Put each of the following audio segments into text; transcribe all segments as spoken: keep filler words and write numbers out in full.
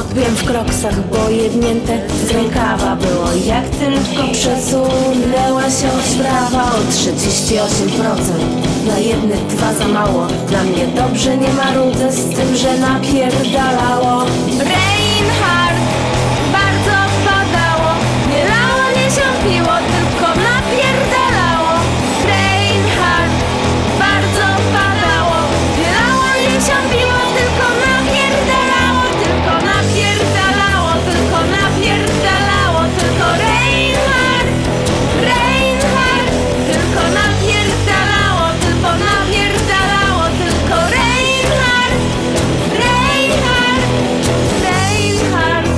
Byłem w kroksach, bo jednięte z rękawa było. Jak tylko przesunęła się sprawa o trzydzieści osiem procent. Dla jednych dwa za mało, dla mnie dobrze, nie marudzę z tym, że napierdalało. Reinhardt, bardzo padało, nie lało, nie się piło, tylko napierdalało. Reinhardt, bardzo padało, nie lało, nie się piło, tylko napierdalało, tylko napierdalało, tylko napierdalało, tylko Reinhardt, Reinhardt, tylko napierdalało, tylko napierdalało, tylko Reinhardt, Reinhardt, Reinhardt.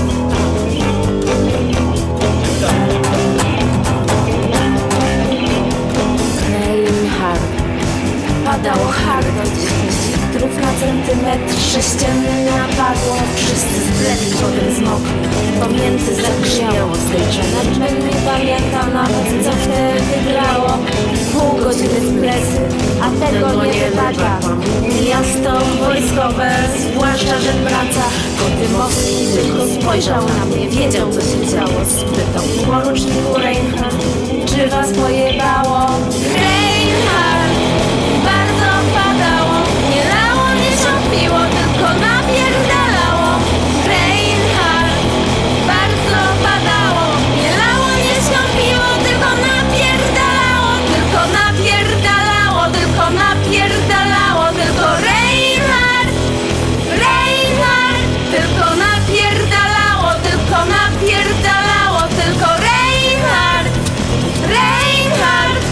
Reinhardt. Padało hardo, dziesięć litrów na centymetr sześcienny napadło. Wszyscy zbledli, potem zmokli. Pomiędzy zagrzmiało z tej czeladźmy. Nie pamiętam nawet, co wtedy grało. Pół godziny w plecy, a tego nie wypada. Miasto wojskowe, zwłaszcza, że praca. Kotymowski tylko spojrzał na mnie, wiedział, co się działo. Spytał poruczniku Reinhardt, czy was pojebało? Reinhardt, bardzo padało, nie lało, nie sząpiło, tylko napierdalało. Reinhardt, bardzo padało, nie lało, nie sząpiło, tylko napierdalało, tylko napierdalało, tylko napierdalało, tylko Reinhardt, Reinhardt, tylko napierdalało, tylko napierdalało, tylko Reinhardt, Reinhardt.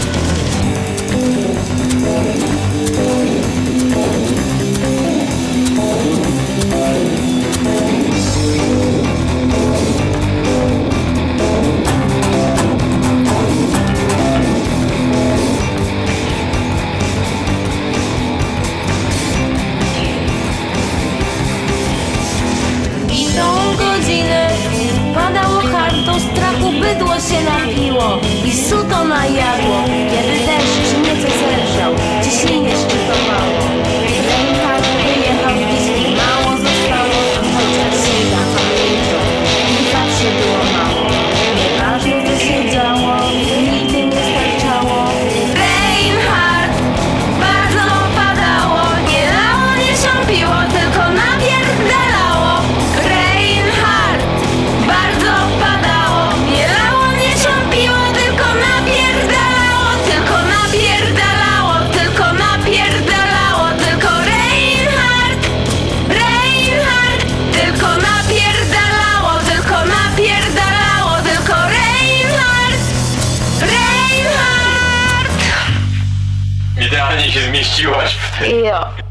Bitą godzinę padało hardo, strachu bydło się napiło i suto najadło, kiedy deszcz nieco zerżał, ciśnienie szczytowało. Reinhardt wyjechał z Wisły, mało zostało, chociaż śniega pamięcią i zawsze było mało. Nieważne, co się działo, nigdy nie starczało. Reinhardt, bardzo padało, nie lało, nie sząpiło, tylko napierdalało. Reinhardt, bardzo padało, nie lało, nie sząpiło, tylko napierdalało, tylko napierdalało, tylko napierdalało, tylko Reinhardt, Reinhardt, tylko napierdalało, tylko napierdalało, tylko Reinhardt, Reinhardt. Idealnie się zmieściłaś w tym. Jo.